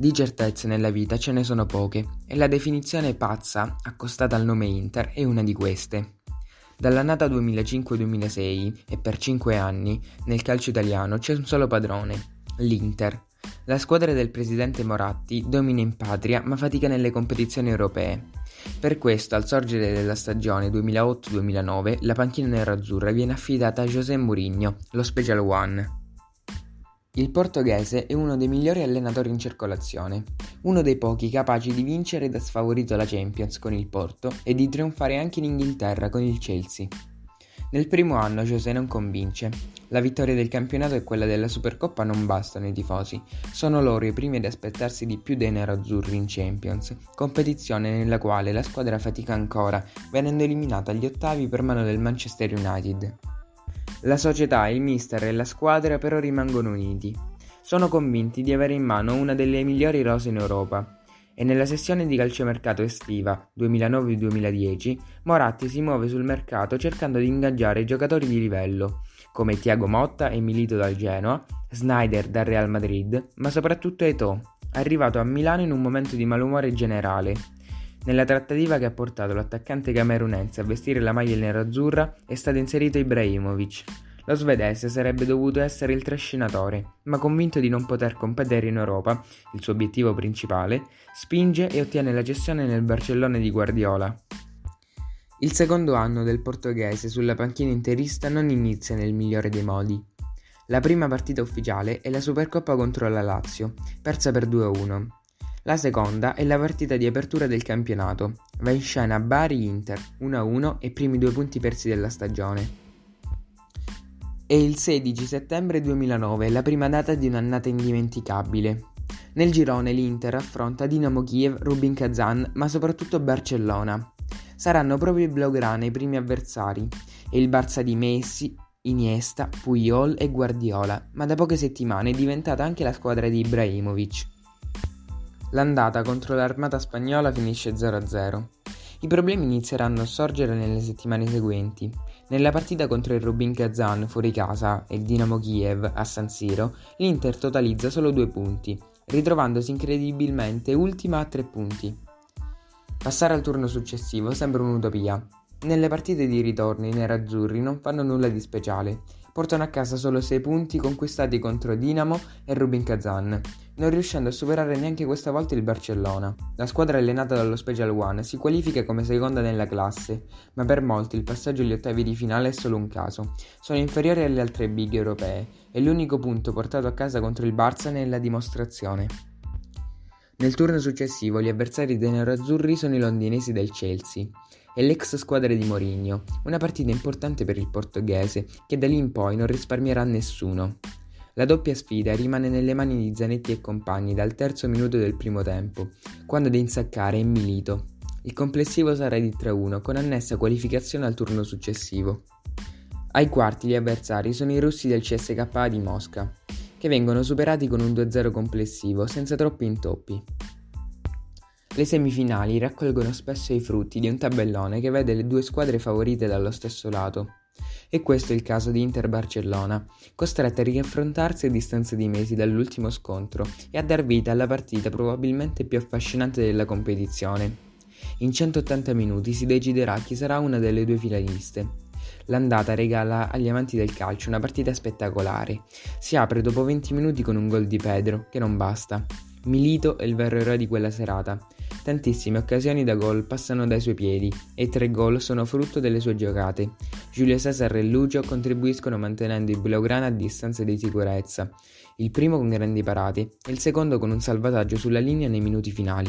Di certezze nella vita ce ne sono poche e la definizione pazza accostata al nome Inter è una di queste. Dall'annata 2005-2006 e per 5 anni nel calcio italiano c'è un solo padrone, l'Inter. La squadra del presidente Moratti domina in patria ma fatica nelle competizioni europee. Per questo al sorgere della stagione 2008-2009 la panchina nerazzurra viene affidata a José Mourinho, lo Special One. Il portoghese è uno dei migliori allenatori in circolazione, uno dei pochi capaci di vincere da sfavorito la Champions con il Porto e di trionfare anche in Inghilterra con il Chelsea. Nel primo anno José non convince. La vittoria del campionato e quella della Supercoppa non bastano ai tifosi, sono loro i primi ad aspettarsi di più dei nerazzurri in Champions, competizione nella quale la squadra fatica ancora, venendo eliminata agli ottavi per mano del Manchester United. La società, il mister e la squadra però rimangono uniti. Sono convinti di avere in mano una delle migliori rose in Europa e nella sessione di calciomercato estiva 2009-2010 Moratti si muove sul mercato cercando di ingaggiare giocatori di livello come Thiago Motta e Milito dal Genoa, Sneijder dal Real Madrid, ma soprattutto Eto'o, arrivato a Milano in un momento di malumore generale. Nella trattativa che ha portato l'attaccante camerunense a vestire la maglia nerazzurra è stato inserito Ibrahimovic. Lo svedese sarebbe dovuto essere il trascinatore, ma convinto di non poter competere in Europa, il suo obiettivo principale, spinge e ottiene la cessione nel Barcellona di Guardiola. Il secondo anno del portoghese sulla panchina interista non inizia nel migliore dei modi. La prima partita ufficiale è la Supercoppa contro la Lazio, persa per 2-1. La seconda è la partita di apertura del campionato, va in scena Bari-Inter 1-1 e primi 2 punti persi della stagione. È il 16 settembre 2009, la prima data di un'annata indimenticabile. Nel girone l'Inter affronta Dinamo Kiev, Rubin Kazan, ma soprattutto Barcellona. Saranno proprio i blaugrana i primi avversari e il Barça di Messi, Iniesta, Puyol e Guardiola, ma da poche settimane è diventata anche la squadra di Ibrahimovic. L'andata contro l'Armata spagnola finisce 0-0. I problemi inizieranno a sorgere nelle settimane seguenti. Nella partita contro il Rubin Kazan fuori casa e il Dinamo Kiev a San Siro, l'Inter totalizza solo 2 punti, ritrovandosi incredibilmente ultima a 3 punti. Passare al turno successivo sembra un'utopia. Nelle partite di ritorno i nerazzurri non fanno nulla di speciale. Portano a casa solo 6 punti conquistati contro Dinamo e Rubin Kazan, non riuscendo a superare neanche questa volta il Barcellona. La squadra allenata dallo Special One si qualifica come seconda nella classe, ma per molti il passaggio agli ottavi di finale è solo un caso. Sono inferiori alle altre big europee e l'unico punto portato a casa contro il Barça ne è la dimostrazione. Nel turno successivo gli avversari dei nerazzurri sono i londinesi del Chelsea e l'ex squadra di Mourinho, una partita importante per il portoghese che da lì in poi non risparmierà nessuno. La doppia sfida rimane nelle mani di Zanetti e compagni dal terzo minuto del primo tempo, quando ad insaccare è Milito. Il complessivo sarà di 3-1 con annessa qualificazione al turno successivo. Ai quarti gli avversari sono i russi del CSKA di Mosca, che vengono superati con un 2-0 complessivo senza troppi intoppi. Le semifinali raccolgono spesso i frutti di un tabellone che vede le due squadre favorite dallo stesso lato. E questo è il caso di Inter-Barcellona, costretta a riaffrontarsi a distanza di mesi dall'ultimo scontro e a dar vita alla partita probabilmente più affascinante della competizione. In 180 minuti si deciderà chi sarà una delle due finaliste. L'andata regala agli amanti del calcio una partita spettacolare. Si apre dopo 20 minuti con un gol di Pedro, che non basta. Milito è il vero eroe di quella serata. Tantissime occasioni da gol passano dai suoi piedi e 3 gol sono frutto delle sue giocate. Giulio Cesar e Lucio contribuiscono mantenendo i blaugrana a distanza di sicurezza, il primo con grandi parate e il secondo con un salvataggio sulla linea nei minuti finali.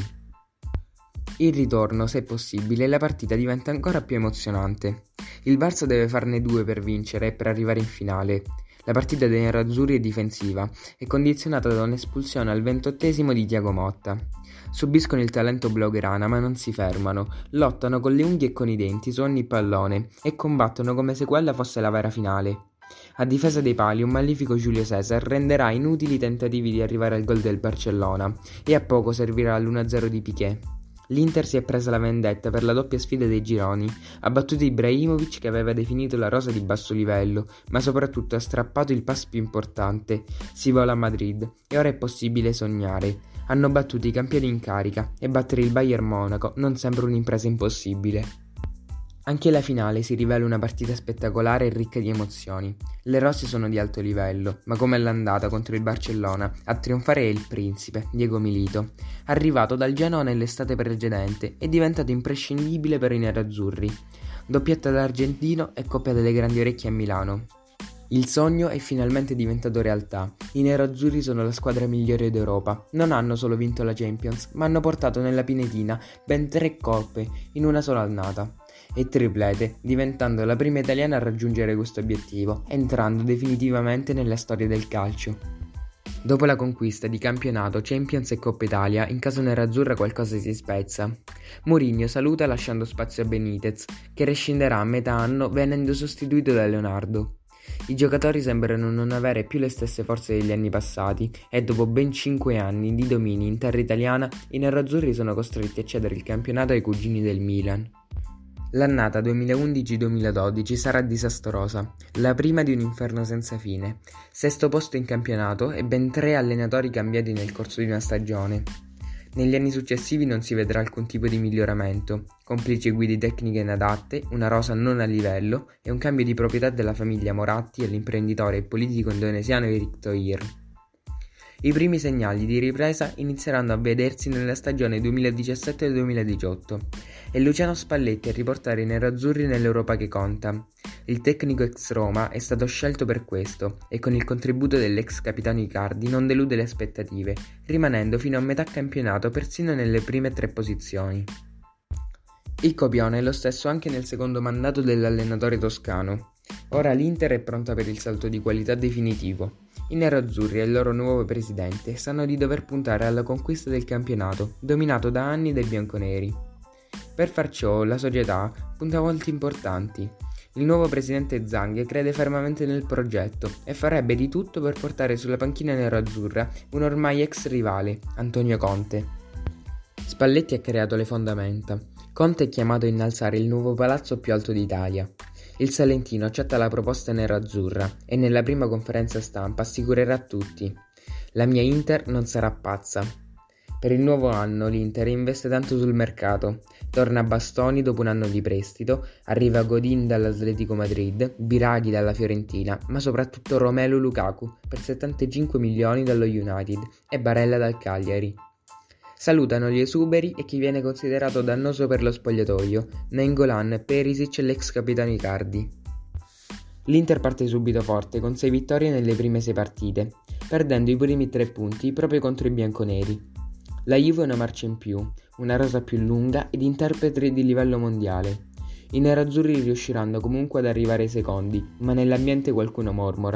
Il ritorno, se possibile, la partita diventa ancora più emozionante. Il Barça deve farne 2 per vincere e per arrivare in finale. La partita dei nerazzurri è difensiva e condizionata da un'espulsione al 28esimo di Thiago Motta. Subiscono il talento blaugrana ma non si fermano, lottano con le unghie e con i denti su ogni pallone e combattono come se quella fosse la vera finale. A difesa dei pali un magnifico Giulio Cesar renderà inutili i tentativi di arrivare al gol del Barcellona e a poco servirà l'1-0 di Piqué. L'Inter si è presa la vendetta per la doppia sfida dei gironi, ha battuto Ibrahimovic che aveva definito la rosa di basso livello, ma soprattutto ha strappato il pass più importante, si vola a Madrid e ora è possibile sognare. Hanno battuto i campioni in carica e battere il Bayern Monaco non sembra un'impresa impossibile. Anche la finale si rivela una partita spettacolare e ricca di emozioni. Le rose sono di alto livello, ma come all'andata contro il Barcellona, a trionfare è il principe, Diego Milito, arrivato dal Genoa nell'estate precedente e diventato imprescindibile per i nerazzurri. Doppietta d'argentino e Coppa delle Grandi Orecchie a Milano. Il sogno è finalmente diventato realtà. I nerazzurri sono la squadra migliore d'Europa. Non hanno solo vinto la Champions, ma hanno portato nella Pinetina ben 3 coppe in una sola annata. E triplete, diventando la prima italiana a raggiungere questo obiettivo, entrando definitivamente nella storia del calcio. Dopo la conquista di campionato, Champions e Coppa Italia, in casa nerazzurra qualcosa si spezza. Mourinho saluta lasciando spazio a Benitez, che rescinderà a metà anno venendo sostituito da Leonardo. I giocatori sembrano non avere più le stesse forze degli anni passati e dopo ben 5 anni di dominio in terra italiana, i nerazzurri sono costretti a cedere il campionato ai cugini del Milan. L'annata 2011-2012 sarà disastrosa, la prima di un inferno senza fine. 6° posto in campionato e ben 3 allenatori cambiati nel corso di una stagione. Negli anni successivi non si vedrà alcun tipo di miglioramento, complici guide tecniche inadatte, una rosa non a livello e un cambio di proprietà della famiglia Moratti all'imprenditore e politico indonesiano Erick Thohir. I primi segnali di ripresa inizieranno a vedersi nella stagione 2017-2018 e Luciano Spalletti a riportare i nerazzurri nell'Europa che conta. Il tecnico ex Roma è stato scelto per questo e con il contributo dell'ex capitano Icardi non delude le aspettative, rimanendo fino a metà campionato persino nelle prime 3 posizioni. Il copione è lo stesso anche nel secondo mandato dell'allenatore toscano. Ora l'Inter è pronta per il salto di qualità definitivo. I nerazzurri e il loro nuovo presidente sanno di dover puntare alla conquista del campionato, dominato da anni dai bianconeri. Per far ciò, la società punta a volti importanti. Il nuovo presidente Zhang crede fermamente nel progetto e farebbe di tutto per portare sulla panchina nerazzurra un ormai ex rivale, Antonio Conte. Spalletti ha creato le fondamenta. Conte è chiamato a innalzare il nuovo palazzo più alto d'Italia. Il salentino accetta la proposta nerazzurra e nella prima conferenza stampa assicurerà a tutti: la mia Inter non sarà pazza. Per il nuovo anno l'Inter investe tanto sul mercato. Torna Bastoni dopo un anno di prestito, arriva Godin dall'Atletico Madrid, Biraghi dalla Fiorentina, ma soprattutto Romelu Lukaku per 75 milioni dallo United e Barella dal Cagliari. Salutano gli esuberi e chi viene considerato dannoso per lo spogliatoio, Nainggolan, Perisic e l'ex capitano Icardi. L'Inter parte subito forte con 6 vittorie nelle prime 6 partite, perdendo i primi 3 punti proprio contro i bianconeri. La Juve è una marcia in più, una rosa più lunga ed interpreti di livello mondiale. I nerazzurri riusciranno comunque ad arrivare ai secondi, ma nell'ambiente qualcuno mormora.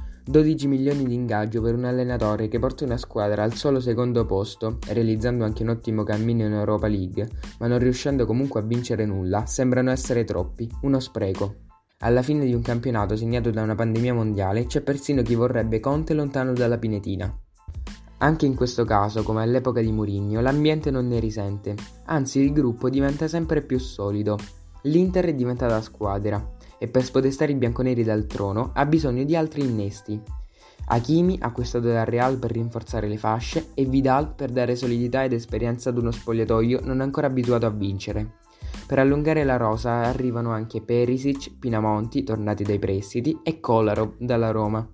12 milioni di ingaggio per un allenatore che porta una squadra al solo secondo posto, realizzando anche un ottimo cammino in Europa League, ma non riuscendo comunque a vincere nulla, sembrano essere troppi, uno spreco. Alla fine di un campionato segnato da una pandemia mondiale c'è persino chi vorrebbe Conte lontano dalla Pinetina. Anche in questo caso, come all'epoca di Mourinho, l'ambiente non ne risente, anzi il gruppo diventa sempre più solido. L'Inter è diventata squadra e per spodestare i bianconeri dal trono ha bisogno di altri innesti. Hakimi, acquistato dal Real per rinforzare le fasce, e Vidal per dare solidità ed esperienza ad uno spogliatoio non ancora abituato a vincere. Per allungare la rosa arrivano anche Perisic, Pinamonti, tornati dai prestiti, e Kolarov dalla Roma.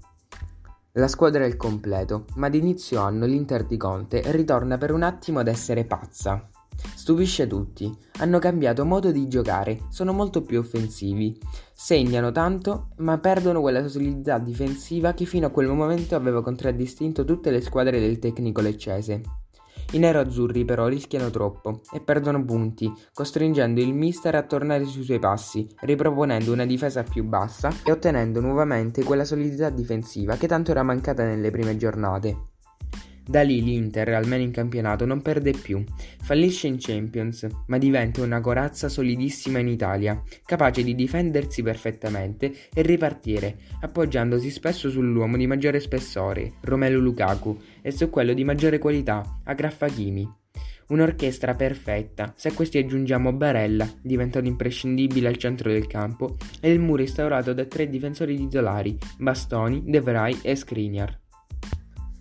La squadra è il completo, ma ad inizio anno l'Inter di Conte ritorna per un attimo ad essere pazza. Stupisce tutti, hanno cambiato modo di giocare, sono molto più offensivi, segnano tanto ma perdono quella solidità difensiva che fino a quel momento aveva contraddistinto tutte le squadre del tecnico leccese. I nerazzurri però rischiano troppo e perdono punti, costringendo il mister a tornare sui suoi passi, riproponendo una difesa più bassa e ottenendo nuovamente quella solidità difensiva che tanto era mancata nelle prime giornate. Da lì l'Inter, almeno in campionato, non perde più, fallisce in Champions, ma diventa una corazza solidissima in Italia, capace di difendersi perfettamente e ripartire, appoggiandosi spesso sull'uomo di maggiore spessore, Romelu Lukaku, e su quello di maggiore qualità, Achraf Hakimi. Un'orchestra perfetta, se a questi aggiungiamo Barella, diventato imprescindibile al centro del campo, e il muro instaurato da 3 difensori titolari, Bastoni, De Vrij e Skriniar.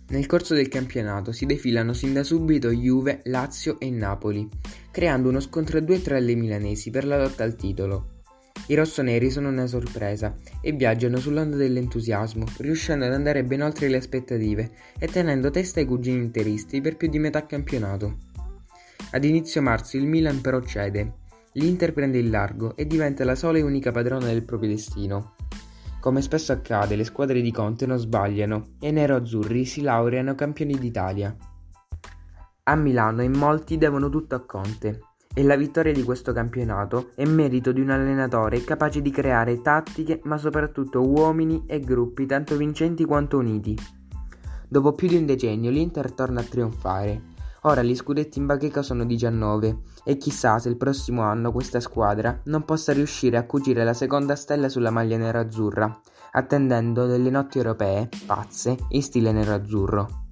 Nel corso del campionato si defilano sin da subito Juve, Lazio e Napoli, creando uno scontro a due tra le milanesi per la lotta al titolo. I rossoneri sono una sorpresa e viaggiano sull'onda dell'entusiasmo, riuscendo ad andare ben oltre le aspettative e tenendo testa ai cugini interisti per più di metà campionato. Ad inizio marzo il Milan però cede, l'Inter prende il largo e diventa la sola e unica padrona del proprio destino. Come spesso accade, le squadre di Conte non sbagliano e i nerazzurri si laureano campioni d'Italia. A Milano in molti devono tutto a Conte e la vittoria di questo campionato è merito di un allenatore capace di creare tattiche ma soprattutto uomini e gruppi tanto vincenti quanto uniti. Dopo più di un decennio l'Inter torna a trionfare. Ora gli scudetti in bacheca sono 19 e chissà se il prossimo anno questa squadra non possa riuscire a cucire la seconda stella sulla maglia nerazzurra, attendendo delle notti europee pazze in stile nerazzurro.